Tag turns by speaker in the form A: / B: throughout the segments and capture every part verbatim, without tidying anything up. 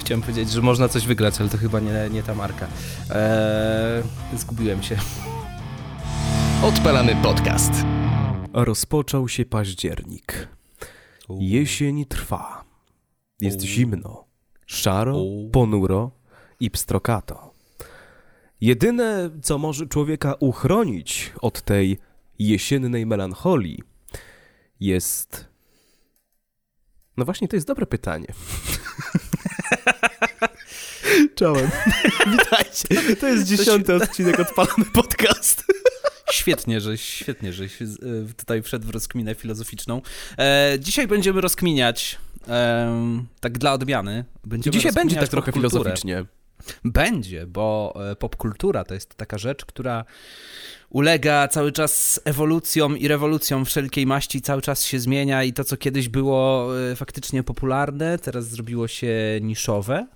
A: Chciałem powiedzieć, że można coś wygrać, ale to chyba nie, nie ta marka. Eee, zgubiłem się.
B: Odpalamy podcast.
C: Rozpoczął się październik. Jesień trwa. Jest zimno, szaro, ponuro i pstrokato. Jedyne, co może człowieka uchronić od tej jesiennej melancholii, jest... No właśnie, to jest dobre pytanie. Czołem. Witajcie. To jest dziesiąty odcinek Odpalamy podcast.
A: Świetnie, że świetnie, że tutaj wszedł w rozkminę filozoficzną. E, dzisiaj będziemy rozkminiać, e, tak dla odmiany. Będziemy
C: Dzisiaj będzie tak
A: trochę
C: filozoficznie.
A: Będzie, bo popkultura to jest taka rzecz, która ulega cały czas ewolucjom i rewolucjom wszelkiej maści, cały czas się zmienia i to, co kiedyś było faktycznie popularne, teraz zrobiło się niszowe,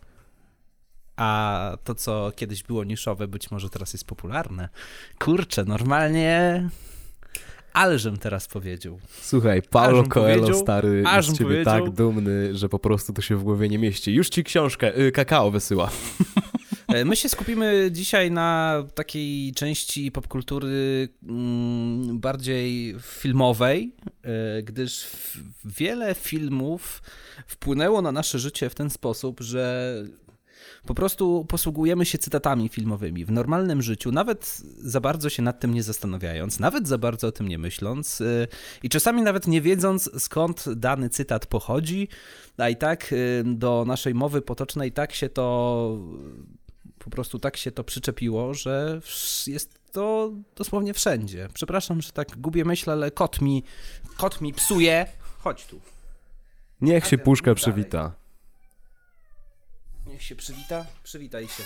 A: a to, co kiedyś było niszowe, być może teraz jest popularne. Kurczę, normalnie... Ależem teraz powiedział.
C: Słuchaj, Paulo Coelho,
A: powiedział,
C: stary, jest z ciebie
A: powiedział.
C: tak dumny, że po prostu to się w głowie nie mieści. Już ci książkę, y, kakao wysyła.
A: My się skupimy dzisiaj na takiej części popkultury mm, bardziej filmowej, y, gdyż w, wiele filmów wpłynęło na nasze życie w ten sposób, że po prostu posługujemy się cytatami filmowymi w normalnym życiu, nawet za bardzo się nad tym nie zastanawiając, nawet za bardzo o tym nie myśląc yy, i czasami nawet nie wiedząc, skąd dany cytat pochodzi, a i tak yy, do naszej mowy potocznej tak się to, po prostu tak się to przyczepiło, że jest to dosłownie wszędzie. Przepraszam, że tak gubię myśl, ale kot mi, kot mi psuje. Chodź tu.
C: Niech się puszka przywita.
A: Niech się przywita. Przywitaj się.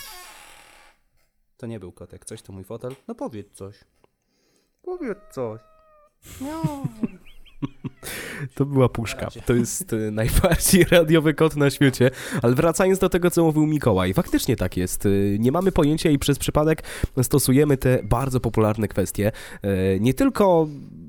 A: To nie był kotek. Coś to mój fotel. No powiedz coś. Powiedz coś. No.
C: To była puszka. To jest y, najbardziej radiowy kot na świecie. Ale wracając do tego, co mówił Mikołaj. Faktycznie tak jest. Y, nie mamy pojęcia i przez przypadek stosujemy te bardzo popularne kwestie. Y, nie tylko...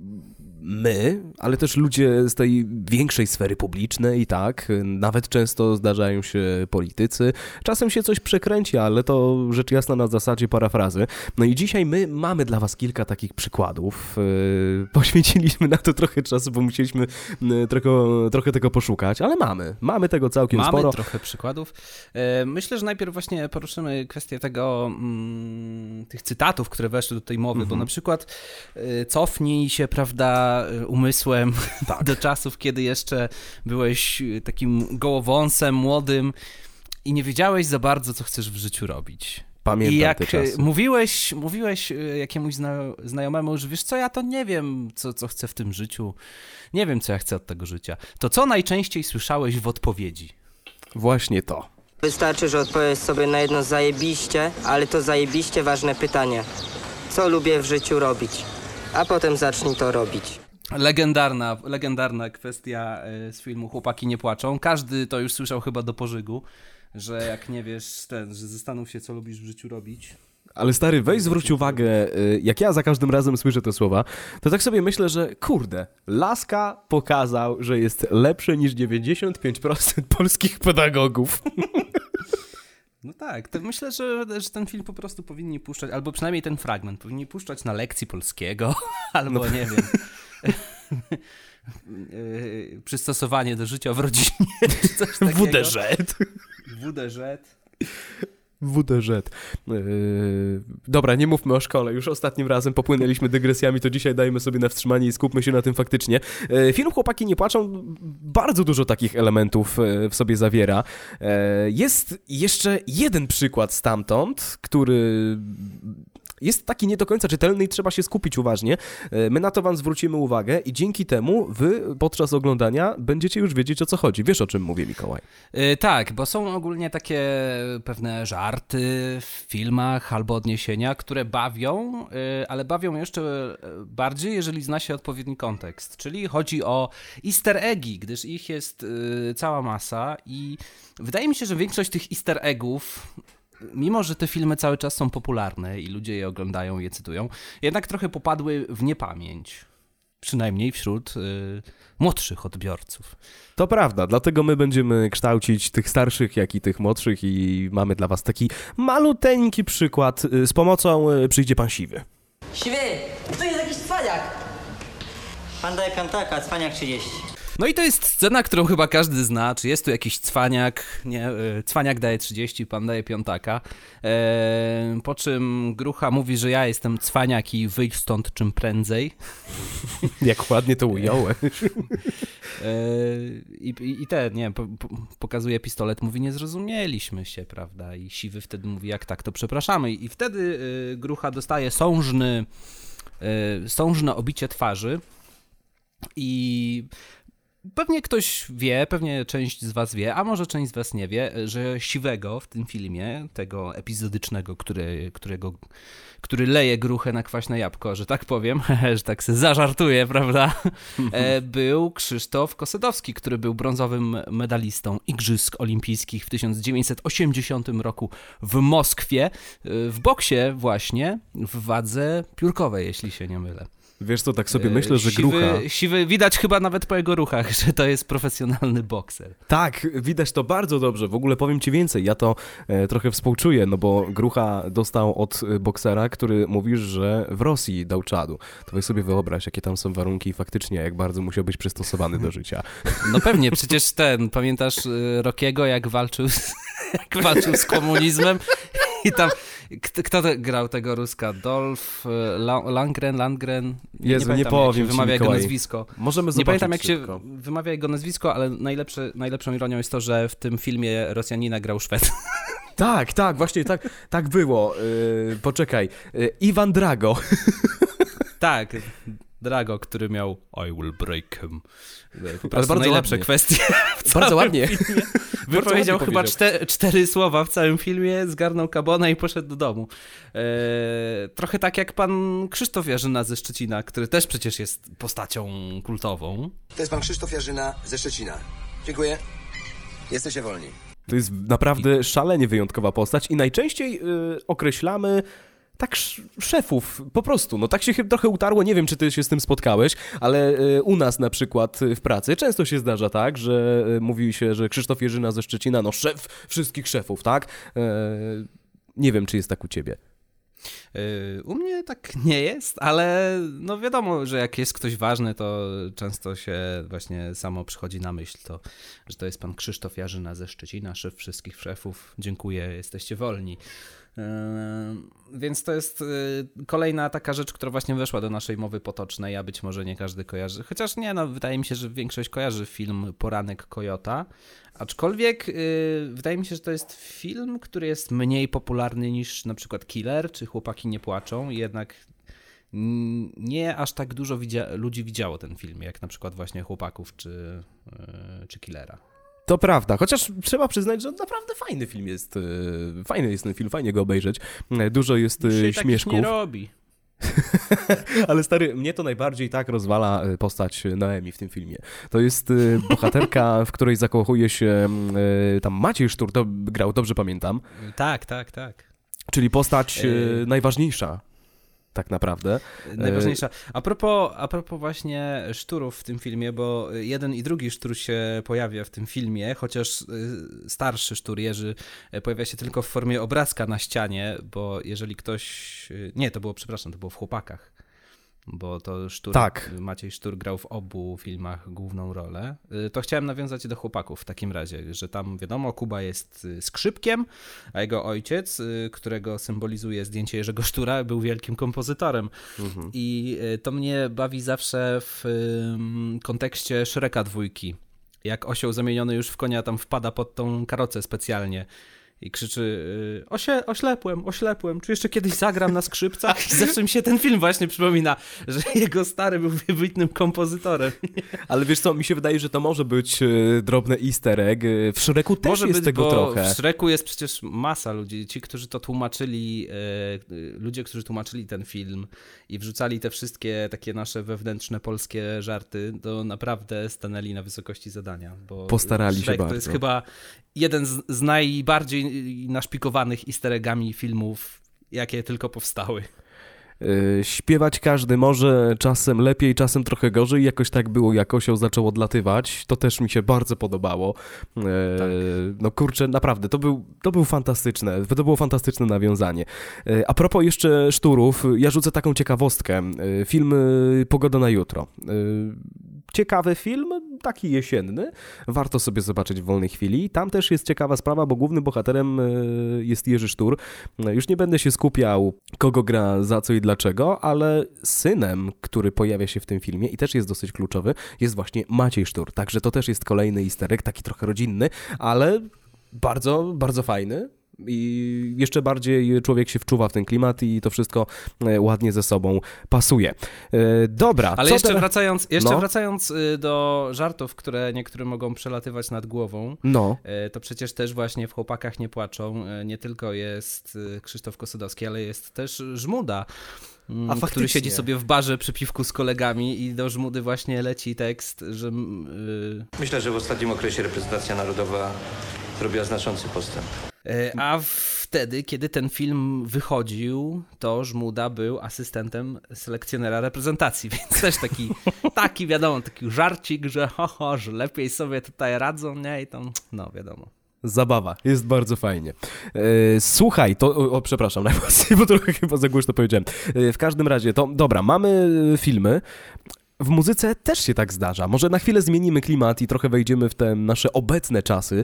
C: my, ale też ludzie z tej większej sfery publicznej, tak, nawet często zdarzają się politycy. Czasem się coś przekręci, ale to rzecz jasna na zasadzie parafrazy. No i dzisiaj my mamy dla was kilka takich przykładów. Yy, poświęciliśmy na to trochę czasu, bo musieliśmy yy, trochę, trochę tego poszukać, ale mamy. Mamy tego całkiem
A: mamy
C: sporo.
A: Mamy trochę przykładów. Yy, myślę, że najpierw właśnie poruszymy kwestię tego, mm, tych cytatów, które weszły do tej mowy, mhm. bo na przykład yy, cofnij się, prawda, umysłem tak. do czasów, kiedy jeszcze byłeś takim gołowąsem, młodym i nie wiedziałeś za bardzo, co chcesz w życiu robić.
C: Pamiętam
A: I jak
C: te czasy.
A: mówiłeś, mówiłeś jakiemuś zna- znajomemu, że wiesz co, ja to nie wiem, co, co chcę w tym życiu, nie wiem, co ja chcę od tego życia, to co najczęściej słyszałeś w odpowiedzi?
C: Właśnie to.
D: Wystarczy, że odpowiesz sobie na jedno zajebiście, ale to zajebiście ważne pytanie. Co lubię w życiu robić? A potem zacznij to robić.
A: Legendarna, legendarna kwestia z filmu Chłopaki nie płaczą. Każdy to już słyszał chyba do pożygu, że jak nie wiesz, ten, że zastanów się, co lubisz w życiu robić.
C: Ale stary, weź zwróć uwagę, jak ja za każdym razem słyszę te słowa, to tak sobie myślę, że kurde, Laska pokazał, że jest lepszy niż dziewięćdziesiąt pięć procent polskich pedagogów.
A: No tak, to myślę, że, że ten film po prostu powinni puszczać, albo przynajmniej ten fragment, powinni puszczać na lekcji polskiego, albo no. nie wiem, przystosowanie do życia w rodzinie, czy coś takiego.
C: W D Z.
A: W D Z.
C: W D Z. Yy, dobra, nie mówmy o szkole. Już ostatnim razem popłynęliśmy dygresjami, to dzisiaj dajmy sobie na wstrzymanie i skupmy się na tym faktycznie. Yy, film Chłopaki nie płaczą bardzo dużo takich elementów yy, w sobie zawiera. Yy, jest jeszcze jeden przykład stamtąd, który... jest taki nie do końca czytelny i trzeba się skupić uważnie. My na to wam zwrócimy uwagę i dzięki temu wy podczas oglądania będziecie już wiedzieć, o co chodzi. Wiesz, o czym mówię, Mikołaj?
A: Yy, tak, bo są ogólnie takie pewne żarty w filmach albo odniesienia, które bawią, yy, ale bawią jeszcze bardziej, jeżeli zna się odpowiedni kontekst. Czyli chodzi o easter eggi, gdyż ich jest yy, cała masa i wydaje mi się, że większość tych easter eggów, mimo że te filmy cały czas są popularne i ludzie je oglądają i je cytują, jednak trochę popadły w niepamięć. przynajmniej wśród y, młodszych odbiorców.
C: To prawda, dlatego my będziemy kształcić tych starszych, jak i tych młodszych i mamy dla was taki maluteńki przykład. Z pomocą przyjdzie pan Siwy.
B: Siwy, tu jest jakiś cwaniak.
E: Pan daje piątaka, cwaniak trzydzieści.
A: No i to jest scena, którą chyba każdy zna. Czy jest tu jakiś cwaniak? Nie, cwaniak daje trzydzieści, pan daje piątaka. E, po czym Grucha mówi, że ja jestem cwaniak i wyjdź stąd czym prędzej.
C: Jak ładnie to ująłeś.
A: E, i, I ten, nie po, po, pokazuje pistolet, mówi, nie zrozumieliśmy się, prawda? I Siwy wtedy mówi, jak tak, to przepraszamy. I wtedy y, Grucha dostaje sążny, y, sążne obicie twarzy i... Pewnie ktoś wie, pewnie część z was wie, a może część z was nie wie, że Siwego w tym filmie, tego epizodycznego, który, którego, który leje Gruchę na kwaśne jabłko, że tak powiem, że tak se zażartuję, prawda, był Krzysztof Kossedowski, który był brązowym medalistą Igrzysk Olimpijskich w tysiąc dziewięćset osiemdziesiątym roku w Moskwie, w boksie właśnie, w wadze piórkowej, jeśli się nie mylę.
C: Wiesz co, tak sobie myślę, że
A: siwy,
C: Grucha...
A: Siwy, widać chyba nawet po jego ruchach, że to jest profesjonalny bokser.
C: Tak, widać to bardzo dobrze. W ogóle powiem ci więcej, ja to e, trochę współczuję, no bo Grucha dostał od boksera, który mówisz, że w Rosji dał czadu. To weź sobie wyobraź, jakie tam są warunki i faktycznie, jak bardzo musiał być przystosowany do życia.
A: No pewnie, przecież ten, pamiętasz Rockiego, jak walczył z, jak walczył z komunizmem? I tam, kto, kto te, grał tego Ruska? Dolph Lundgren, Landgren? Nie,
C: Jezu,
A: nie,
C: nie powiem
A: jak się wymawia
C: ci,
A: jego
C: Mikołaj.
A: nazwisko.
C: Możemy zobaczyć
A: Nie pamiętam, jak
C: szybko.
A: się wymawia jego nazwisko, ale najlepsze, najlepszą ironią jest to, że w tym filmie Rosjanina grał Szwed.
C: Tak, tak, właśnie tak, tak było. Yy, poczekaj. Yy, Iwan Drago.
A: Tak, Drago, który miał I will break him. Po prostu
C: bardzo
A: najlepsze
C: ładnie.
A: kwestie w
C: Bardzo ładnie.
A: filmie. Wypowiedział chyba cztery, cztery słowa w całym filmie, zgarnął kabona i poszedł do domu. Eee, trochę tak jak pan Krzysztof Jarzyna ze Szczecina, który też przecież jest postacią kultową.
F: To jest pan Krzysztof Jarzyna ze Szczecina. Dziękuję. Jesteście wolni.
C: To jest naprawdę szalenie wyjątkowa postać i najczęściej yy, określamy tak sz- szefów, po prostu. No tak się chyba trochę utarło, nie wiem, czy ty się z tym spotkałeś, ale yy, u nas na przykład w pracy często się zdarza tak, że yy, mówi się, że Krzysztof Jarzyna ze Szczecina, no szef wszystkich szefów, tak? Yy, nie wiem, czy jest tak u ciebie.
A: U mnie tak nie jest, ale no wiadomo, że jak jest ktoś ważny, to często się właśnie samo przychodzi na myśl, to, że to jest pan Krzysztof Jarzyna ze Szczecina, szef wszystkich szefów. Dziękuję, jesteście wolni. Yy, więc to jest yy, kolejna taka rzecz, która właśnie weszła do naszej mowy potocznej, a być może nie każdy kojarzy. Chociaż nie, no wydaje mi się, że większość kojarzy film Poranek Kojota. Aczkolwiek yy, wydaje mi się, że to jest film, który jest mniej popularny niż na przykład Killer, czy Chłopaki nie płaczą. Jednak nie aż tak dużo widzia- ludzi widziało ten film, jak na przykład właśnie Chłopaków, czy, yy, czy Killera.
C: To prawda, chociaż trzeba przyznać, że naprawdę fajny film jest, yy, fajny jest ten film, fajnie go obejrzeć. Dużo jest yy, śmieszków.
A: Nie robi.
C: Ale stary, mnie to najbardziej tak rozwala postać Noemi w tym filmie. To jest y, bohaterka, w której zakochuje się y, tam Maciej Sztur, to grał, dobrze pamiętam.
A: Tak, tak, tak.
C: Czyli postać y, najważniejsza. Tak naprawdę.
A: Najważniejsza. A propos, a propos właśnie szturów w tym filmie, bo jeden i drugi sztur się pojawia w tym filmie, chociaż starszy sztur Jerzy pojawia się tylko w formie obrazka na ścianie, bo jeżeli ktoś... Nie, to było, przepraszam, to było w Chłopakach. Bo to Sztur,
C: tak.
A: Maciej Sztur grał w obu filmach główną rolę. To chciałem nawiązać do Chłopaków w takim razie, że tam wiadomo, Kuba jest skrzypkiem, a jego ojciec, którego symbolizuje zdjęcie Jerzego Sztura, był wielkim kompozytorem. Mhm. I to mnie bawi zawsze w kontekście Shreka dwójki. Jak osioł zamieniony już w konia tam wpada pod tą karocę specjalnie i krzyczy Osie, oślepłem, oślepłem, czy jeszcze kiedyś zagram na skrzypcach? I zawsze mi się ten film właśnie przypomina, że jego stary był wybitnym kompozytorem.
C: Ale wiesz co, mi się wydaje, że to może być drobny easter egg. W Shreku też
A: może
C: jest
A: być,
C: tego
A: bo
C: trochę.
A: W Shreku jest przecież masa ludzi, ci, którzy to tłumaczyli, ludzie, którzy tłumaczyli ten film i wrzucali te wszystkie takie nasze wewnętrzne polskie żarty, to naprawdę stanęli na wysokości zadania. Bo
C: postarali
A: Shrek
C: się bardzo.
A: To jest chyba jeden z, z najbardziej naszpikowanych easter eggami filmów, jakie tylko powstały.
C: Yy, śpiewać każdy może, czasem lepiej, czasem trochę gorzej, jakoś tak było, jak osioł zaczął odlatywać, to też mi się bardzo podobało. Yy, tak. No kurczę, naprawdę, to, był, to był fantastyczne, to było fantastyczne nawiązanie. Yy, a propos jeszcze szturów, ja rzucę taką ciekawostkę, yy, film yy, Pogoda na jutro. Yy, ciekawy film, taki jesienny, warto sobie zobaczyć w wolnej chwili. Tam też jest ciekawa sprawa, bo głównym bohaterem yy, jest Jerzy Sztur. Yy, już nie będę się skupiał, kogo gra, za co i dlaczego, ale synem, który pojawia się w tym filmie i też jest dosyć kluczowy, jest właśnie Maciej Sztur. Także to też jest kolejny easter egg, taki trochę rodzinny, ale bardzo, bardzo fajny. I jeszcze bardziej człowiek się wczuwa w ten klimat i to wszystko ładnie ze sobą pasuje. Dobra.
A: Ale
C: co
A: jeszcze,
C: teraz...
A: wracając, jeszcze
C: no.
A: wracając do żartów, które niektórym mogą przelatywać nad głową,
C: no.
A: to przecież też właśnie w Chłopakach nie płaczą. Nie tylko jest Krzysztof Kosudowski, ale jest też Żmuda, A który siedzi sobie w barze przy piwku z kolegami i do Żmudy właśnie leci tekst, że... Yy...
G: Myślę, że w ostatnim okresie reprezentacja narodowa zrobiła znaczący postęp.
A: A wtedy, kiedy ten film wychodził, to Żmuda był asystentem selekcjonera reprezentacji, więc też taki, taki wiadomo, taki żarcik, że ho, ho, że lepiej sobie tutaj radzą, nie? I tam, no wiadomo.
C: Zabawa, jest bardzo fajnie. E, słuchaj, to, o, o przepraszam najmocniej, bo trochę chyba za głośno powiedziałem. E, w każdym razie, to dobra, mamy filmy. W muzyce też się tak zdarza. Może na chwilę zmienimy klimat i trochę wejdziemy w te nasze obecne czasy,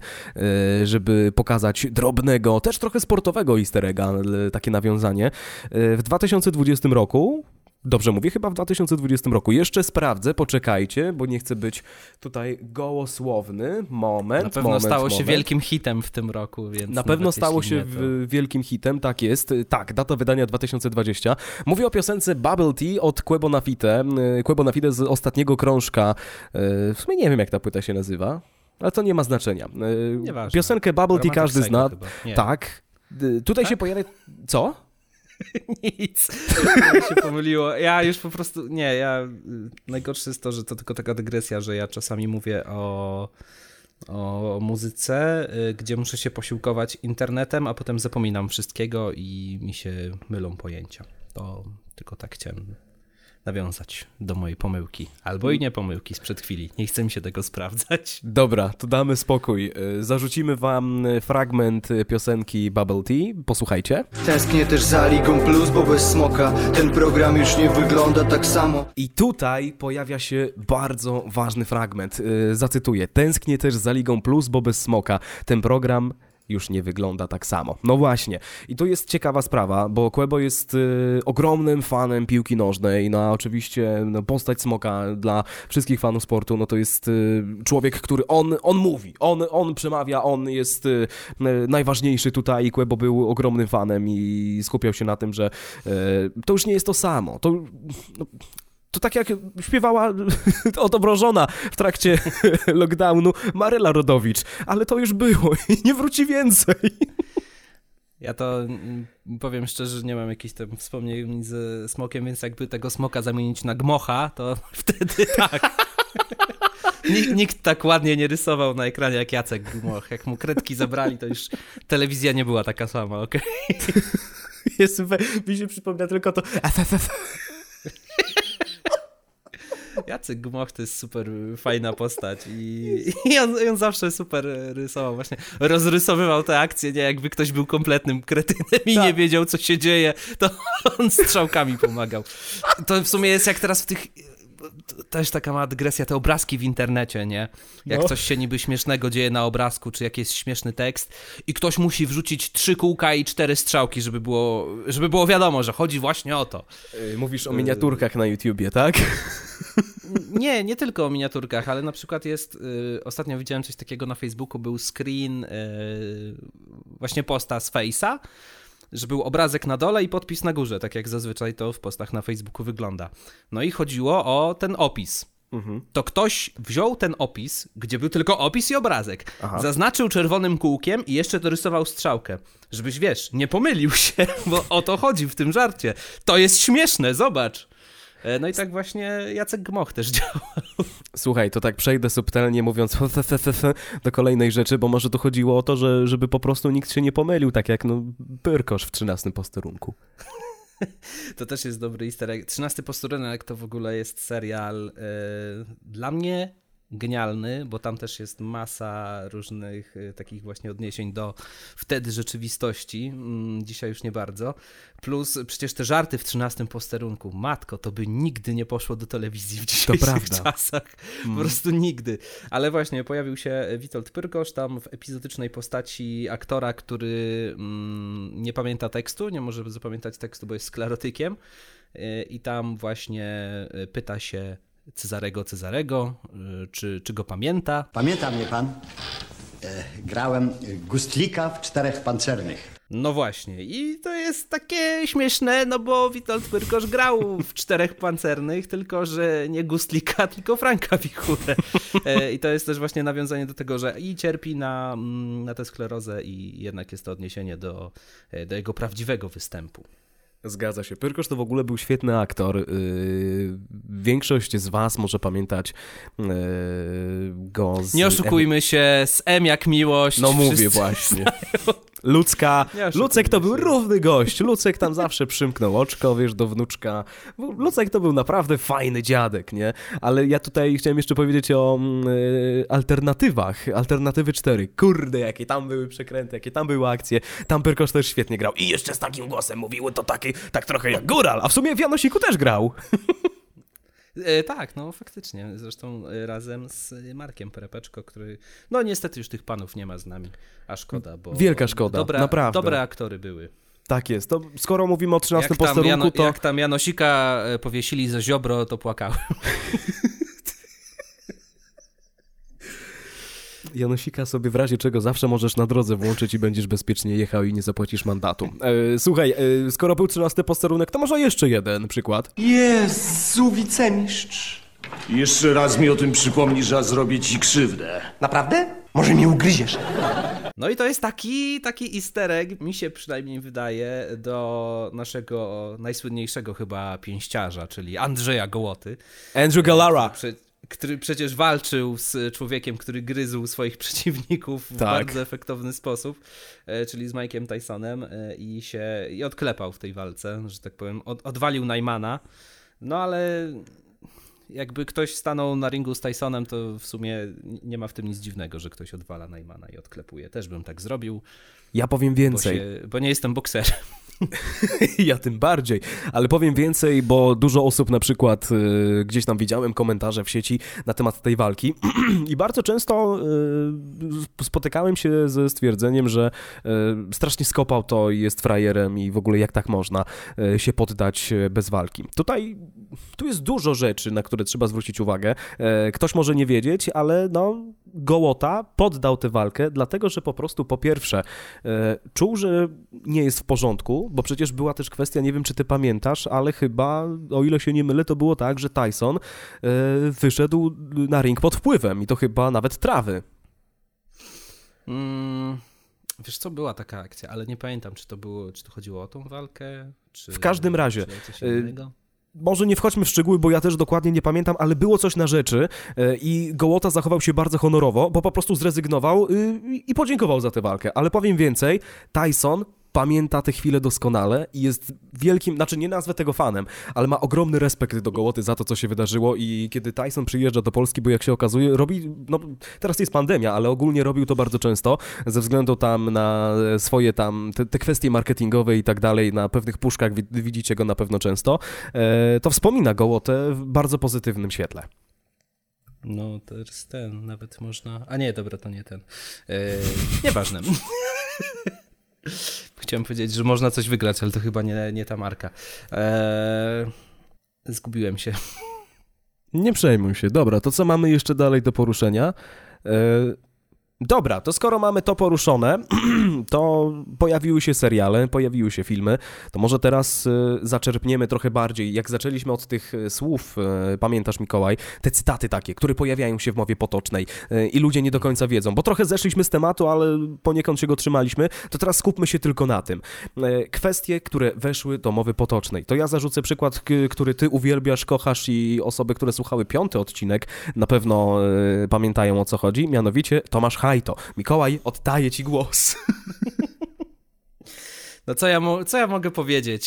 C: żeby pokazać drobnego, też trochę sportowego easter egga, takie nawiązanie. W dwa tysiące dwudziestym roku, dobrze mówię, chyba w dwa tysiące dwudziestym roku, jeszcze sprawdzę, poczekajcie, bo nie chcę być tutaj gołosłowny. Moment,
A: Na pewno
C: moment,
A: stało
C: moment.
A: się wielkim hitem w tym roku, więc...
C: Na pewno stało się
A: nie, to...
C: wielkim hitem, tak jest. Tak, data wydania dwa tysiące dwudziesty. Mówię o piosence Bubble Tea od Quebo na Fide. Quebo na Fide z ostatniego krążka. W sumie nie wiem, jak ta płyta się nazywa, ale to nie ma znaczenia.
A: Nieważne.
C: Piosenkę Bubble Tea każdy zna. Tak. Tutaj
A: tak?
C: się pojawia... Co?
A: Nic. Mi się pomyliło. Ja już po prostu... Nie, ja... Najgorsze jest to, że to tylko taka dygresja, że ja czasami mówię o... o muzyce, gdzie muszę się posiłkować internetem, a potem zapominam wszystkiego i mi się mylą pojęcia. To tylko tak chciałem nawiązać do mojej pomyłki. Albo i nie pomyłki sprzed chwili. Nie chcę mi się tego sprawdzać.
C: Dobra, to damy spokój. Zarzucimy wam fragment piosenki Bubble Tea. Posłuchajcie.
H: Tęsknię też za Ligą Plus, bo bez Smoka ten program już nie wygląda tak samo.
C: I tutaj pojawia się bardzo ważny fragment. Zacytuję. Tęsknię też za Ligą Plus, bo bez Smoka ten program już nie wygląda tak samo. No właśnie. I tu jest ciekawa sprawa, bo Quebo jest y, ogromnym fanem piłki nożnej, no a oczywiście no, postać Smoka dla wszystkich fanów sportu, no to jest y, człowiek, który on, on mówi, on, on przemawia, on jest y, najważniejszy tutaj i Quebo był ogromnym fanem i skupiał się na tym, że y, to już nie jest to samo. To... No, to tak jak śpiewała odobrożona w trakcie lockdownu Maryla Rodowicz, ale to już było i nie wróci więcej.
A: Ja to powiem szczerze, że nie mam jakichś tam wspomnień ze Smokiem, więc jakby tego Smoka zamienić na Gmocha, to wtedy tak. Nikt, nikt tak ładnie nie rysował na ekranie jak Jacek Gmoch. Jak mu kredki zabrali, to już telewizja nie była taka sama, okej? Okay?
C: Jest, mi się przypomina tylko to...
A: Jacek Gmoch to jest super fajna postać i, i on, on zawsze super rysował, właśnie rozrysowywał te akcje, nie jakby ktoś był kompletnym kretynem i tak nie wiedział, co się dzieje, to on strzałkami pomagał. To w sumie jest jak teraz w tych... Też taka mała dygresja, te obrazki w internecie, nie? Jak no. coś się niby śmiesznego dzieje na obrazku, czy jakiś śmieszny tekst i ktoś musi wrzucić trzy kółka i cztery strzałki, żeby było, żeby było wiadomo, że chodzi właśnie o to.
C: Mówisz o miniaturkach na YouTubie, tak?
A: Nie, nie tylko o miniaturkach, ale na przykład jest, y, ostatnio widziałem coś takiego na Facebooku, był screen y, właśnie posta z Face'a, że był obrazek na dole i podpis na górze, tak jak zazwyczaj to w postach na Facebooku wygląda. No i chodziło o ten opis. Mhm. To ktoś wziął ten opis, gdzie był tylko opis i obrazek, Aha. zaznaczył czerwonym kółkiem i jeszcze dorysował strzałkę. Żebyś, wiesz, nie pomylił się, bo o to chodzi w tym żarcie. To jest śmieszne, zobacz. No i tak właśnie Jacek Gmoch też działał.
C: Słuchaj, to tak przejdę subtelnie mówiąc do kolejnej rzeczy, bo może tu chodziło o to, że, żeby po prostu nikt się nie pomylił, tak jak no Pyrkosz w trzynastym posterunku.
A: To też jest dobry easter egg. trzynasty posterunek to w ogóle jest serial yy, dla mnie genialny, bo tam też jest masa różnych y, takich właśnie odniesień do wtedy rzeczywistości, mm, dzisiaj już nie bardzo, plus przecież te żarty w trzynastym posterunku, matko, to by nigdy nie poszło do telewizji w dzisiejszych czasach, mm. po prostu nigdy, ale właśnie pojawił się Witold Pyrkosz tam w epizodycznej postaci aktora, który mm, nie pamięta tekstu, nie może zapamiętać tekstu, bo jest sklerotykiem y, i tam właśnie pyta się Cezarego Cezarego, czy, czy go pamięta?
I: Pamięta mnie pan? E, grałem Gustlika w Czterech Pancernych.
A: No właśnie i to jest takie śmieszne, no bo Witold Pyrkosz grał w Czterech Pancernych, tylko że nie Gustlika, tylko Franka Wichurę. E, I to jest też właśnie nawiązanie do tego, że i cierpi na, na tę sklerozę i jednak jest to odniesienie do, do jego prawdziwego występu.
C: Zgadza się. Pyrkosz to w ogóle był świetny aktor. Yy, większość z was może pamiętać yy, go z...
A: Nie oszukujmy M... się, z M jak miłość.
C: No mówię właśnie. Lucka. Lucek to był równy gość. Lucek tam zawsze przymknął oczko, wiesz, do wnuczka. Lucek to był naprawdę fajny dziadek, nie? Ale ja tutaj chciałem jeszcze powiedzieć o yy, alternatywach. Alternatywy cztery. Kurde, jakie tam były przekręty, jakie tam były akcje. Tam Pyrkosz też świetnie grał. I jeszcze z takim głosem mówiły to taki, tak trochę jak góral. A w sumie w Janosiku też grał.
A: E, tak, no faktycznie. Zresztą razem z Markiem Perepeczko, który, no niestety już tych panów nie ma z nami, a szkoda, bo...
C: Wielka szkoda,
A: dobre,
C: naprawdę.
A: Dobre aktory były.
C: Tak jest. To skoro mówimy o trzynastym
A: jak tam
C: posterunku,
A: Jano,
C: to...
A: Jak tam Janosika powiesili za Ziobro, to płakałem.
C: Janosika sobie w razie czego zawsze możesz na drodze włączyć i będziesz bezpiecznie jechał i nie zapłacisz mandatu. E, słuchaj, e, skoro był trzynasty posterunek, to może jeszcze jeden przykład.
J: Jezu, wicemistrz. Jeszcze raz mi o tym przypomnisz, a zrobię ci krzywdę.
F: Naprawdę? Może mnie ugryziesz?
A: No i to jest taki, taki easter egg, mi się przynajmniej wydaje, do naszego najsłynniejszego chyba pięściarza, czyli Andrzeja Gołoty.
C: Andrew Gallara.
A: Który, który przecież walczył z człowiekiem, który gryzł swoich przeciwników w
C: tak.
A: bardzo efektowny sposób, czyli z Mike'em Tysonem i się i odklepał w tej walce, że tak powiem, od, odwalił Najmana. No ale jakby ktoś stanął na ringu z Tysonem, to w sumie nie ma w tym nic dziwnego, że ktoś odwala Najmana i odklepuje. Też bym tak zrobił.
C: Ja powiem więcej.
A: Bo, się, bo nie jestem bokserem.
C: Ja tym bardziej, ale powiem więcej, bo dużo osób na przykład y, gdzieś tam widziałem komentarze w sieci na temat tej walki i bardzo często y, spotykałem się ze stwierdzeniem, że y, strasznie skopał to i jest frajerem i w ogóle jak tak można y, się poddać bez walki. Tutaj tu jest dużo rzeczy, na które trzeba zwrócić uwagę. Y, ktoś może nie wiedzieć, ale no Gołota poddał tę walkę, dlatego że po prostu po pierwsze y, czuł, że nie jest w porządku, bo przecież była też kwestia, nie wiem czy ty pamiętasz, ale chyba, o ile się nie mylę, to było tak, że Tyson y, wyszedł na ring pod wpływem i to chyba nawet trawy.
A: Mm, wiesz co, była taka akcja, ale nie pamiętam, czy to było, czy to chodziło o tą walkę, czy...
C: W każdym razie...
A: Czy coś innego?
C: Y, Może nie wchodźmy w szczegóły, bo ja też dokładnie nie pamiętam, ale było coś na rzeczy i Gołota zachował się bardzo honorowo, bo po prostu zrezygnował i podziękował za tę walkę. Ale powiem więcej, Tyson pamięta te chwile doskonale i jest wielkim, znaczy nie nazwę tego fanem, ale ma ogromny respekt do Gołoty za to, co się wydarzyło i kiedy Tyson przyjeżdża do Polski, bo jak się okazuje, robi, no teraz jest pandemia, ale ogólnie robił to bardzo często, ze względu tam na swoje tam, te, te kwestie marketingowe i tak dalej, na pewnych puszkach, widzicie go na pewno często, e, to wspomina Gołotę w bardzo pozytywnym świetle.
A: No to jest ten, nawet można, a nie, dobra, to nie ten, e, nieważne. Chciałem powiedzieć, że można coś wygrać, ale to chyba nie, nie ta marka. Eee, zgubiłem się.
C: Nie przejmuj się. Dobra, to co mamy jeszcze dalej do poruszenia? Eee, dobra, to skoro mamy to poruszone, to pojawiły się seriale, pojawiły się filmy, to może teraz y, zaczerpniemy trochę bardziej. Jak zaczęliśmy od tych y, słów, y, pamiętasz Mikołaj, te cytaty takie, które pojawiają się w mowie potocznej y, i ludzie nie do końca wiedzą, bo trochę zeszliśmy z tematu, ale poniekąd się go trzymaliśmy, to teraz skupmy się tylko na tym. Y, kwestie, które weszły do mowy potocznej. To ja zarzucę przykład, k- który ty uwielbiasz, kochasz i osoby, które słuchały piąty odcinek, na pewno y, pamiętają o co chodzi, mianowicie Tomasz Hajto. Mikołaj, oddaję ci głos.
A: No co ja, mo- co ja mogę powiedzieć?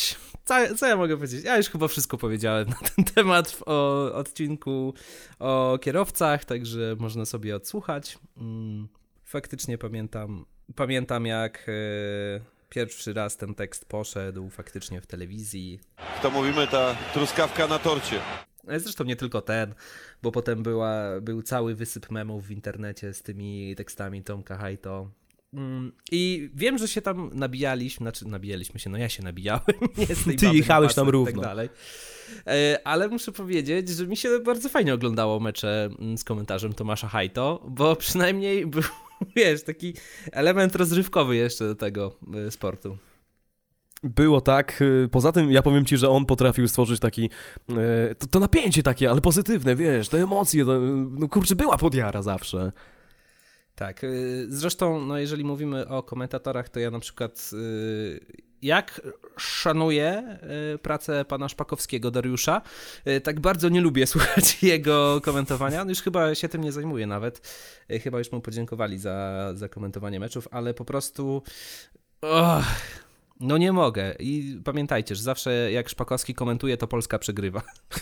A: co, co ja mogę powiedzieć? Ja już chyba wszystko powiedziałem na ten temat w o, odcinku o kierowcach, także można sobie odsłuchać. Faktycznie pamiętam, pamiętam jak e, pierwszy raz ten tekst poszedł faktycznie w telewizji.
K: To mówimy ta truskawka na torcie.
A: Zresztą nie tylko ten, bo potem była, był cały wysyp memów w internecie z tymi tekstami Tomka Hajto. I wiem, że się tam nabijaliśmy, znaczy nabijaliśmy się, no ja się nabijałem, nie z tej
C: Ty jechałeś tam równo.
A: I tak dalej. Ale muszę powiedzieć, że mi się bardzo fajnie oglądało mecze z komentarzem Tomasza Hajto, bo przynajmniej był, wiesz, taki element rozrywkowy jeszcze do tego sportu.
C: Było tak. Poza tym ja powiem ci, że on potrafił stworzyć taki to, to napięcie takie, ale pozytywne, wiesz, te emocje, to, no kurczę, była podjara zawsze.
A: Tak, zresztą no jeżeli mówimy o komentatorach, to ja na przykład jak szanuję pracę pana Szpakowskiego, Dariusza, tak bardzo nie lubię słuchać jego komentowania. On już chyba się tym nie zajmuje nawet. Chyba już mu podziękowali za, za komentowanie meczów, ale po prostu oh, no nie mogę. I pamiętajcie, że zawsze jak Szpakowski komentuje, to Polska przegrywa.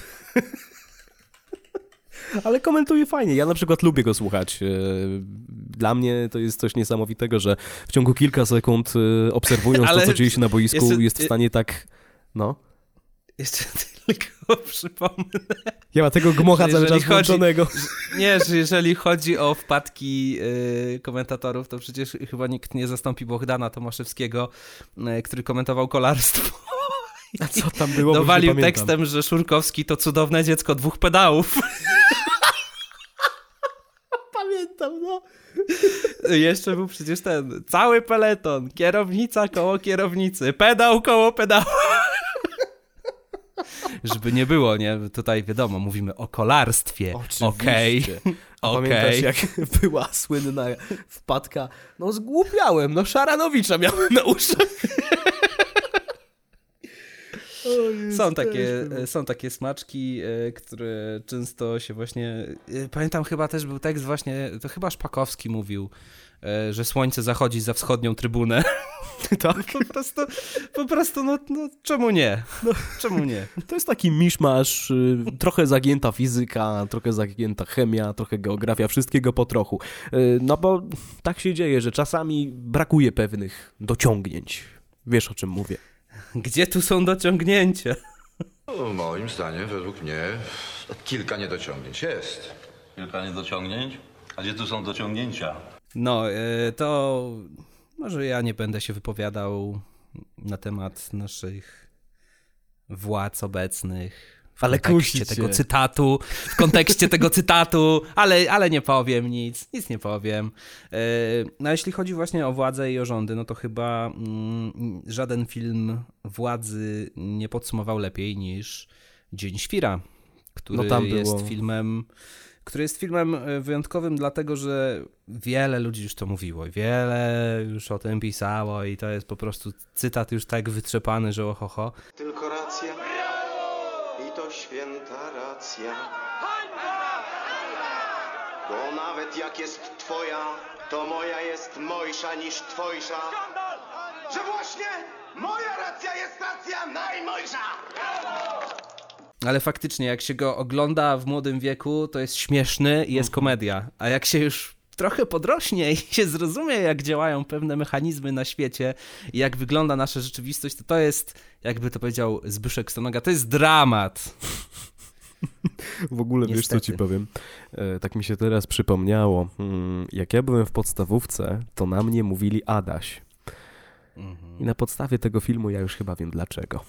C: Ale komentuje fajnie. Ja na przykład lubię go słuchać. Dla mnie to jest coś niesamowitego, że w ciągu kilka sekund obserwując Ale to, co dzieje się na boisku, jeszcze, jest w stanie tak... No.
A: Jeszcze tylko przypomnę.
C: Ja mam tego gmocha cały czas włączonego.
A: Nie, że jeżeli chodzi o wpadki y, komentatorów, to przecież chyba nikt nie zastąpi Bohdana Tomaszewskiego, y, który komentował kolarstwo.
C: A co tam było?
A: Dowalił tekstem, że Szurkowski to cudowne dziecko dwóch pedałów. Pamiętam, no. Jeszcze był przecież ten cały peleton, kierownica koło kierownicy, pedał koło pedału. Żeby nie było, nie? Tutaj wiadomo, mówimy o kolarstwie. Okej. Okay.
C: Okay. Pamiętasz, jak była słynna wpadka? No zgłupiałem, no Szaranowicza miałem na uszach.
A: Są takie, są takie smaczki, które często się właśnie... Pamiętam, chyba też był tekst właśnie, to chyba Szpakowski mówił, że słońce zachodzi za wschodnią trybunę.
C: Tak.
A: Po prostu, po prostu no, no czemu nie? No, czemu nie?
C: To jest taki miszmasz, trochę zagięta fizyka, trochę zagięta chemia, trochę geografia, wszystkiego po trochu. No bo tak się dzieje, że czasami brakuje pewnych dociągnięć. Wiesz, o czym mówię.
A: Gdzie tu są dociągnięcia?
K: No, moim zdaniem, według mnie, kilka niedociągnięć jest.
L: Kilka niedociągnięć? A gdzie tu są dociągnięcia?
A: No, to może ja nie będę się wypowiadał na temat naszych władz obecnych. W
C: ale
A: kontekście tego cytatu, w kontekście tego cytatu, ale, ale nie powiem nic, nic nie powiem. No jeśli chodzi właśnie o władzę i o rządy, no to chyba mm, żaden film władzy nie podsumował lepiej niż Dzień Świra, który no tam jest było. filmem, który jest filmem wyjątkowym dlatego, że wiele ludzi już to mówiło, wiele już o tym pisało i to jest po prostu cytat już tak wytrzepany, że ohoho.
M: Tylko racja. I to święta racja. Bo nawet jak jest twoja, to moja jest mojsza niż twojsza. Że właśnie moja racja jest racja najmojsza.
A: Ale faktycznie, jak się go ogląda w młodym wieku, to jest śmieszny i jest komedia. A jak się już trochę podrośnie i się zrozumie, jak działają pewne mechanizmy na świecie i jak wygląda nasza rzeczywistość, to to jest, jakby to powiedział Zbyszek Stonoga, to jest dramat.
C: W ogóle Niestety. Wiesz, co ci powiem? E, tak mi się teraz przypomniało. Hmm, jak ja byłem w podstawówce, to na mnie mówili Adaś. Mhm. I na podstawie tego filmu ja już chyba wiem dlaczego.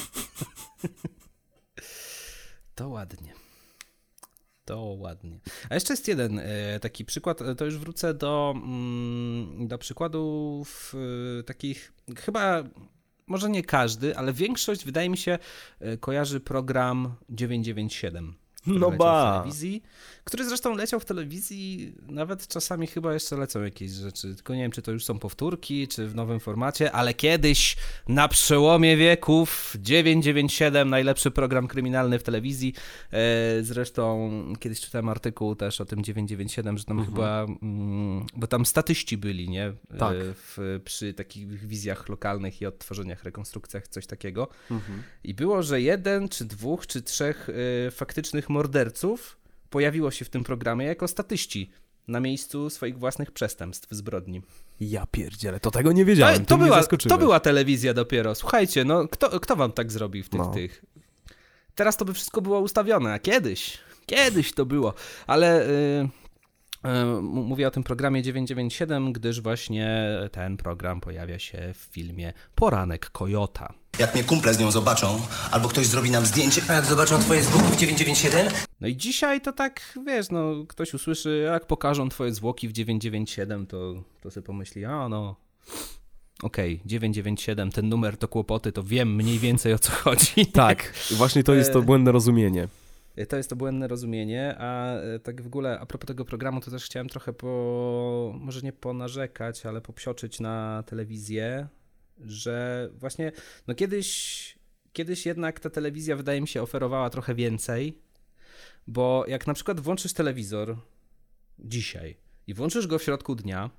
A: To ładnie. To ładnie. A jeszcze jest jeden e, taki przykład, to już wrócę do, mm, do przykładów e, takich, chyba może nie każdy, ale większość, wydaje mi się, e, kojarzy program dziewięćset dziewięćdziesiąt siedem.
C: No ba.
A: W telewizji, który zresztą leciał w telewizji, nawet czasami chyba jeszcze lecą jakieś rzeczy, tylko nie wiem, czy to już są powtórki, czy w nowym formacie, ale kiedyś na przełomie wieków dziewięćset dziewięćdziesiąt siedem, najlepszy program kryminalny w telewizji. Zresztą kiedyś czytałem artykuł też o tym dziewięćset dziewięćdziesiąt siedem, że tam mhm. chyba, bo tam statyści byli, nie?
C: Tak.
A: W, przy takich wizjach lokalnych i odtworzeniach, rekonstrukcjach, coś takiego.
C: Mhm.
A: I było, że jeden, czy dwóch, czy trzech faktycznych morderców pojawiło się w tym programie jako statyści na miejscu swoich własnych przestępstw, zbrodni.
C: Ja pierdzielę, to tego nie wiedziałem,
A: to, to, była,
C: zaskoczyłeś.
A: to była telewizja dopiero. Słuchajcie, no kto, kto wam tak zrobi w tych, no. tych? Teraz to by wszystko było ustawione, a kiedyś, kiedyś to było. Ale yy, yy, mówię o tym programie dziewięćset dziewięćdziesiąt siedem, gdyż właśnie ten program pojawia się w filmie Poranek Kojota.
F: Jak mnie kumple z nią zobaczą, albo ktoś zrobi nam zdjęcie, a jak zobaczą twoje zwłoki w dziewięćset dziewięćdziesiąt siedem?
A: No i dzisiaj to tak, wiesz, no ktoś usłyszy, jak pokażą twoje zwłoki w dziewięćset dziewięćdziesiąt siedem, to, to sobie pomyśli, a no, okej, okay, dziewięćset dziewięćdziesiąt siedem, ten numer to kłopoty, to wiem mniej więcej o co chodzi.
C: Tak, właśnie to jest to błędne rozumienie.
A: To jest to błędne rozumienie, a tak w ogóle a propos tego programu, to też chciałem trochę po, może nie ponarzekać, ale popsioczyć na telewizję, że właśnie, no kiedyś, kiedyś jednak ta telewizja wydaje mi się oferowała trochę więcej, bo jak na przykład włączysz telewizor dzisiaj i włączysz go w środku dnia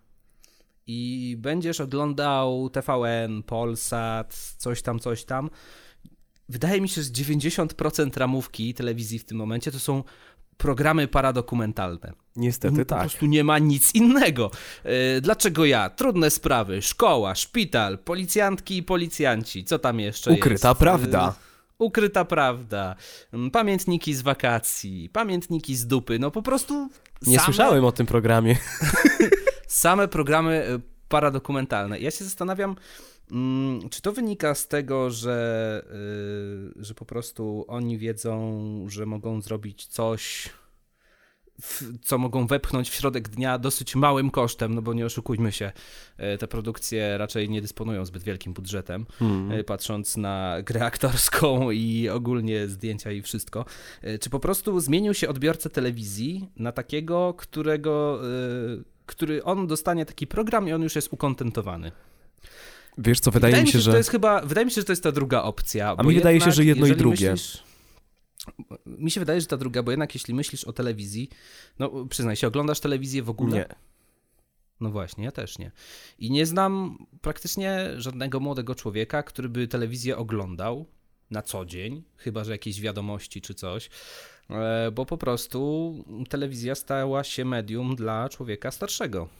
A: i będziesz oglądał T V N, Polsat, coś tam, coś tam, wydaje mi się, że dziewięćdziesiąt procent ramówki telewizji w tym momencie to są programy paradokumentalne.
C: Niestety
A: po
C: tak.
A: Po prostu nie ma nic innego. Dlaczego ja? Trudne sprawy, szkoła, szpital, policjantki i policjanci. Co tam jeszcze
C: Ukryta
A: jest?
C: Ukryta prawda.
A: Ukryta prawda. Pamiętniki z wakacji, pamiętniki z dupy. No po prostu
C: Nie
A: same...
C: słyszałem o tym programie.
A: Same programy paradokumentalne. Ja się zastanawiam, czy to wynika z tego, że, że po prostu oni wiedzą, że mogą zrobić coś, co mogą wepchnąć w środek dnia dosyć małym kosztem, no bo nie oszukujmy się, te produkcje raczej nie dysponują zbyt wielkim budżetem, hmm. patrząc na grę aktorską i ogólnie zdjęcia i wszystko. Czy po prostu zmienił się odbiorcę telewizji na takiego, którego, który on dostanie taki program i on już jest ukontentowany?
C: Wiesz co, wydaje, wydaje mi się, że...
A: To jest chyba, wydaje mi się, że to jest ta druga opcja.
C: A mi wydaje jednak, się, że jedno i drugie.
A: Myślisz, mi się wydaje, że ta druga, bo jednak jeśli myślisz o telewizji, no przyznaj się, oglądasz telewizję w ogóle?
C: Nie.
A: No właśnie, ja też nie. I nie znam praktycznie żadnego młodego człowieka, który by telewizję oglądał na co dzień, chyba że jakieś wiadomości czy coś, bo po prostu telewizja stała się medium dla człowieka starszego.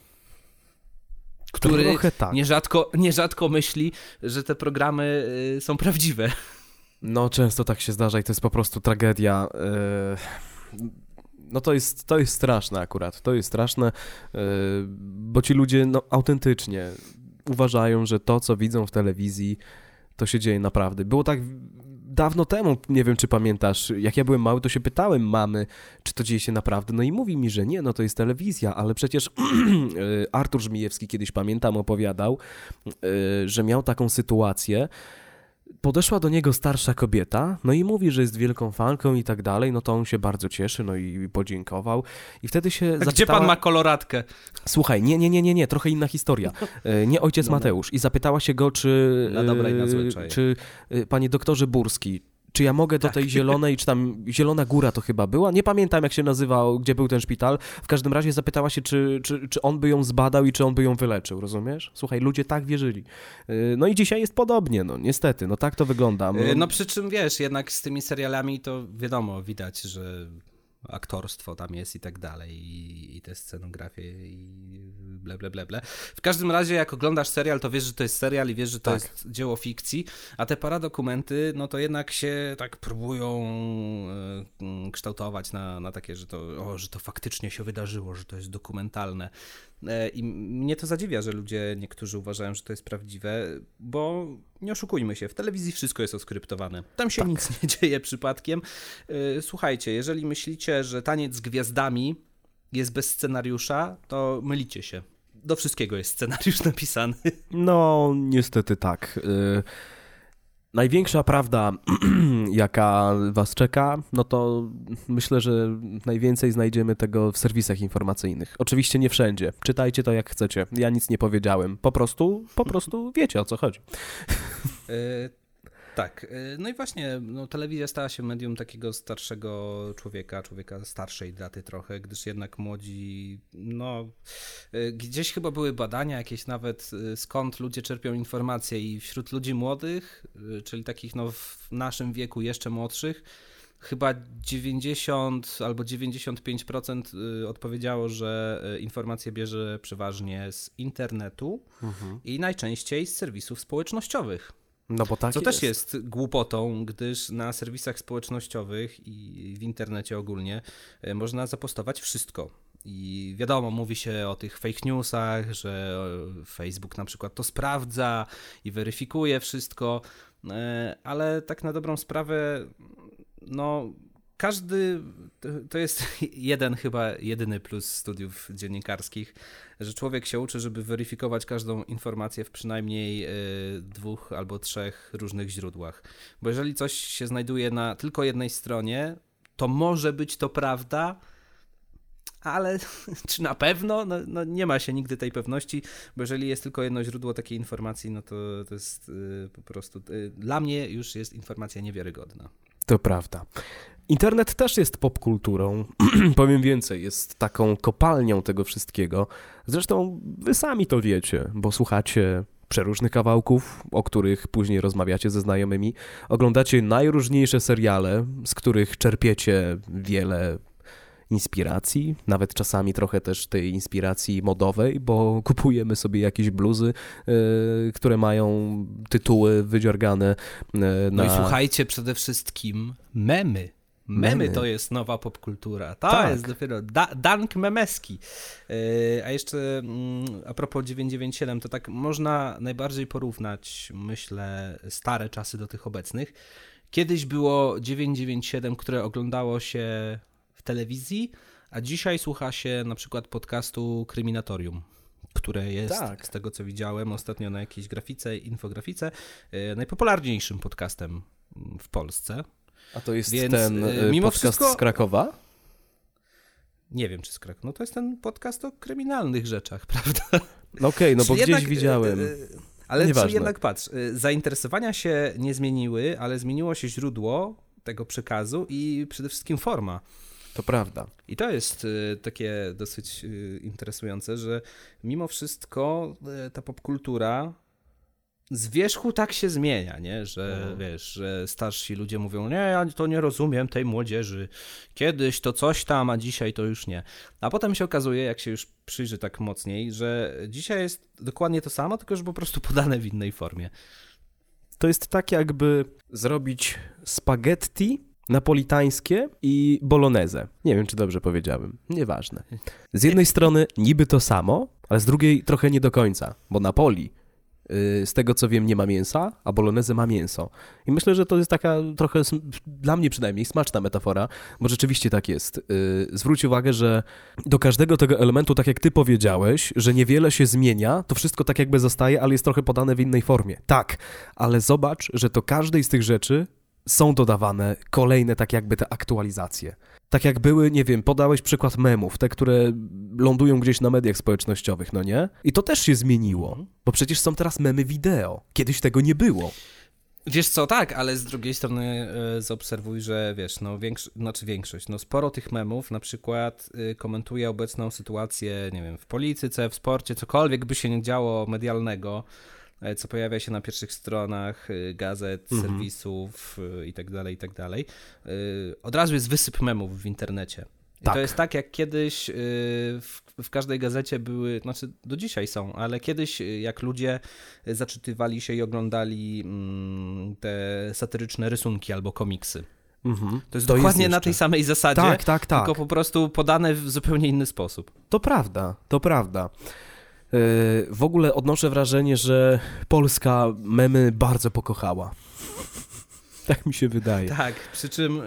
A: Który tak. nierzadko, nierzadko myśli, że te programy y, są prawdziwe.
C: No często tak się zdarza i to jest po prostu tragedia. Yy, no to jest, to jest straszne akurat, to jest straszne, yy, bo ci ludzie no, autentycznie uważają, że to, co widzą w telewizji, to się dzieje naprawdę. Było tak dawno temu, nie wiem czy pamiętasz, jak ja byłem mały, to się pytałem mamy, czy to dzieje się naprawdę, no i mówi mi, że nie, no to jest telewizja, ale przecież Artur Żmijewski kiedyś, pamiętam, opowiadał, że miał taką sytuację, podeszła do niego starsza kobieta, no i mówi, że jest wielką fanką i tak dalej, no to on się bardzo cieszy, no i podziękował i wtedy się zapytała...
A: Gdzie pan ma koloratkę?
C: Słuchaj, nie, nie, nie, nie, nie, trochę inna historia, nie ojciec no, Mateusz i zapytała się go, czy...
A: Na dobre i na złe czaje.
C: Czy panie doktorze Burski, czy ja mogę do
A: tak.
C: tej zielonej, czy tam Zielona Góra to chyba była, nie pamiętam jak się nazywał, gdzie był ten szpital, w każdym razie zapytała się, czy, czy, czy on by ją zbadał i czy on by ją wyleczył, rozumiesz? Słuchaj, ludzie tak wierzyli. No i dzisiaj jest podobnie, no niestety, no tak to wygląda.
A: No przy czym wiesz, jednak z tymi serialami to wiadomo, widać, że aktorstwo tam jest i tak dalej i, i te scenografie i ble, ble, ble, ble. W każdym razie jak oglądasz serial, to wiesz, że to jest serial i wiesz, że to tak. jest dzieło fikcji, a te paradokumenty, no to jednak się tak próbują e, kształtować na, na takie, że to, o, że to faktycznie się wydarzyło, że to jest dokumentalne. E, I mnie to zadziwia, że ludzie niektórzy uważają, że to jest prawdziwe, bo nie oszukujmy się, w telewizji wszystko jest oskryptowane. Tam się tak. nic nie dzieje przypadkiem. E, słuchajcie, jeżeli myślicie, że Taniec z Gwiazdami jest bez scenariusza, to mylicie się. Do wszystkiego jest scenariusz napisany.
C: No, niestety tak. Największa prawda, jaka was czeka, no to myślę, że najwięcej znajdziemy tego w serwisach informacyjnych. Oczywiście nie wszędzie. Czytajcie to jak chcecie. Ja nic nie powiedziałem. Po prostu, po prostu wiecie, o co chodzi.
A: Y- Tak, no i właśnie no, telewizja stała się medium takiego starszego człowieka, człowieka starszej daty trochę, gdyż jednak młodzi, no gdzieś chyba były badania jakieś nawet, skąd ludzie czerpią informacje i wśród ludzi młodych, czyli takich no w naszym wieku jeszcze młodszych, chyba dziewięćdziesiąt albo dziewięćdziesiąt pięć procent odpowiedziało, że informacje bierze przeważnie z internetu mhm. i najczęściej z serwisów społecznościowych.
C: No bo tak
A: Co
C: jest.
A: też jest głupotą, gdyż na serwisach społecznościowych i w internecie ogólnie można zapostować wszystko. I wiadomo, mówi się o tych fake newsach, że Facebook na przykład to sprawdza i weryfikuje wszystko, ale tak na dobrą sprawę, no każdy, to jest jeden chyba jedyny plus studiów dziennikarskich, że człowiek się uczy, żeby weryfikować każdą informację w przynajmniej dwóch albo trzech różnych źródłach. Bo jeżeli coś się znajduje na tylko jednej stronie, to może być to prawda, ale czy na pewno? No, no nie ma się nigdy tej pewności, bo jeżeli jest tylko jedno źródło takiej informacji, no to to jest y, po prostu, y, dla mnie już jest informacja niewiarygodna.
C: To prawda. Internet też jest popkulturą, powiem więcej, jest taką kopalnią tego wszystkiego. Zresztą wy sami to wiecie, bo słuchacie przeróżnych kawałków, o których później rozmawiacie ze znajomymi, oglądacie najróżniejsze seriale, z których czerpiecie wiele inspiracji, nawet czasami trochę też tej inspiracji modowej, bo kupujemy sobie jakieś bluzy, yy, które mają tytuły wydziorgane yy, na...
A: No i słuchajcie, przede wszystkim memy. Memy, Memy to jest nowa popkultura. To tak. jest dopiero da- dank memeski. Yy, a jeszcze yy, a propos dziewięćset dziewięćdziesiąt siedem, to tak można najbardziej porównać, myślę, stare czasy do tych obecnych. Kiedyś było dziewięćset dziewięćdziesiąt siedem, które oglądało się w telewizji, a dzisiaj słucha się na przykład podcastu Kryminatorium, które jest, tak. z tego co widziałem ostatnio na jakiejś grafice, infografice, yy, najpopularniejszym podcastem w Polsce.
C: A to jest
A: Więc,
C: ten mimo podcast wszystko... z Krakowa?
A: Nie wiem, czy z Krakowa. No to jest ten podcast o kryminalnych rzeczach, prawda?
C: No okej, okay, no bo gdzieś
A: jednak,
C: widziałem.
A: Ale czy jednak patrz, zainteresowania się nie zmieniły, ale zmieniło się źródło tego przekazu i przede wszystkim forma.
C: To prawda.
A: I to jest takie dosyć interesujące, że mimo wszystko ta popkultura z wierzchu tak się zmienia, nie? Że mhm. wiesz, że starsi ludzie mówią, nie, ja to nie rozumiem tej młodzieży, kiedyś to coś tam, a dzisiaj to już nie. A potem się okazuje, jak się już przyjrzy tak mocniej, że dzisiaj jest dokładnie to samo, tylko że po prostu podane w innej formie.
C: To jest tak jakby zrobić spaghetti napolitańskie i bolognese. Nie wiem, czy dobrze powiedziałem. Nieważne. Z jednej strony niby to samo, ale z drugiej trochę nie do końca, bo Napoli z tego co wiem nie ma mięsa, a bolognese ma mięso. I myślę, że to jest taka trochę, dla mnie przynajmniej, smaczna metafora, bo rzeczywiście tak jest. Zwróć uwagę, że do każdego tego elementu, tak jak ty powiedziałeś, że niewiele się zmienia, to wszystko tak jakby zostaje, ale jest trochę podane w innej formie. Tak, ale zobacz, że do każdej z tych rzeczy są dodawane kolejne tak jakby te aktualizacje. Tak jak były, nie wiem, podałeś przykład memów, te, które lądują gdzieś na mediach społecznościowych, no nie? I to też się zmieniło, bo przecież są teraz memy wideo. Kiedyś tego nie było.
A: Wiesz co, tak, ale z drugiej strony y, zaobserwuj, że wiesz, no większość, znaczy większość, no sporo tych memów na przykład y, komentuje obecną sytuację, nie wiem, w polityce, w sporcie, cokolwiek by się nie działo medialnego, co pojawia się na pierwszych stronach gazet, mhm. serwisów i tak dalej, i tak dalej. Od razu jest wysyp memów w internecie. I tak. To jest tak, jak kiedyś w, w każdej gazecie były, znaczy do dzisiaj są, ale kiedyś jak ludzie zaczytywali się i oglądali te satyryczne rysunki albo komiksy. Mhm. To jest to dokładnie jest na tej samej zasadzie,
C: tak, tak, tak.
A: tylko po prostu podane w zupełnie inny sposób.
C: To prawda, to prawda. W ogóle odnoszę wrażenie, że Polska memy bardzo pokochała. Tak mi się wydaje.
A: Tak, przy czym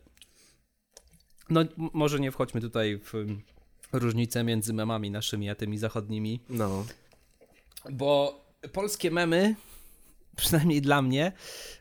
A: no może nie wchodźmy tutaj w różnicę między memami naszymi a tymi zachodnimi.
C: No.
A: Bo polskie memy przynajmniej dla mnie,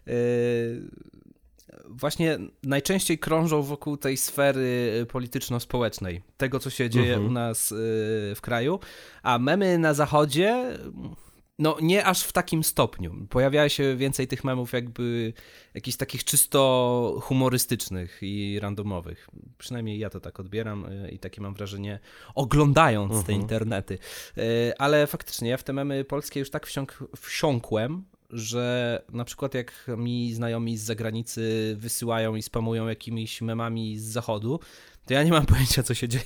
A: właśnie najczęściej krążą wokół tej sfery polityczno-społecznej, tego, co się dzieje mhm. u nas w kraju, a memy na zachodzie, no nie aż w takim stopniu. Pojawia się więcej tych memów jakby jakichś takich czysto humorystycznych i randomowych. Przynajmniej ja to tak odbieram i takie mam wrażenie, oglądając mhm. te internety. Ale faktycznie ja w te memy polskie już tak wsiąk- wsiąkłem, że na przykład jak mi znajomi z zagranicy wysyłają i spamują jakimiś memami z zachodu, to ja nie mam pojęcia, co się dzieje.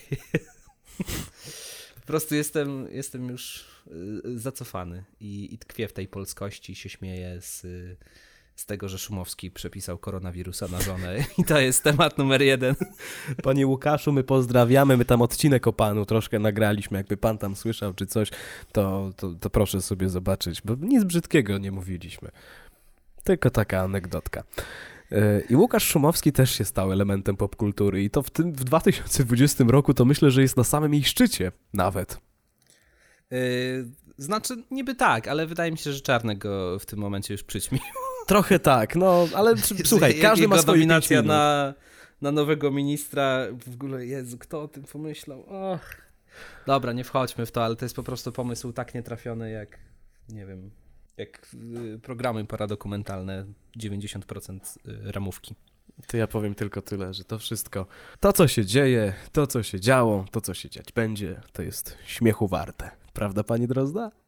A: Po prostu jestem, jestem już zacofany i, i tkwię w tej polskości, się śmieję z, z tego, że Szumowski przepisał koronawirusa na żonę i to jest temat numer jeden.
C: Panie Łukaszu, my pozdrawiamy, my tam odcinek o panu troszkę nagraliśmy, jakby pan tam słyszał czy coś, to, to, to proszę sobie zobaczyć, bo nic brzydkiego nie mówiliśmy, tylko taka anegdotka. I Łukasz Szumowski też się stał elementem popkultury i to w tym w dwa tysiące dwudziestym roku to myślę, że jest na samym jej szczycie nawet.
A: Yy, znaczy niby tak, ale wydaje mi się, że Czarnek go w tym momencie już przyćmił.
C: Trochę tak, no ale słuchaj, każdy ma swoje
A: dominacja na, na nowego ministra, w ogóle Jezu, kto o tym pomyślał? Och. Dobra, nie wchodźmy w to, ale to jest po prostu pomysł tak nietrafiony jak, nie wiem, jak programy paradokumentalne, dziewięćdziesiąt procent ramówki.
C: To ja powiem tylko tyle, że to wszystko, to co się dzieje, to co się działo, to co się dziać będzie, to jest śmiechu warte. Prawda, pani Drozda?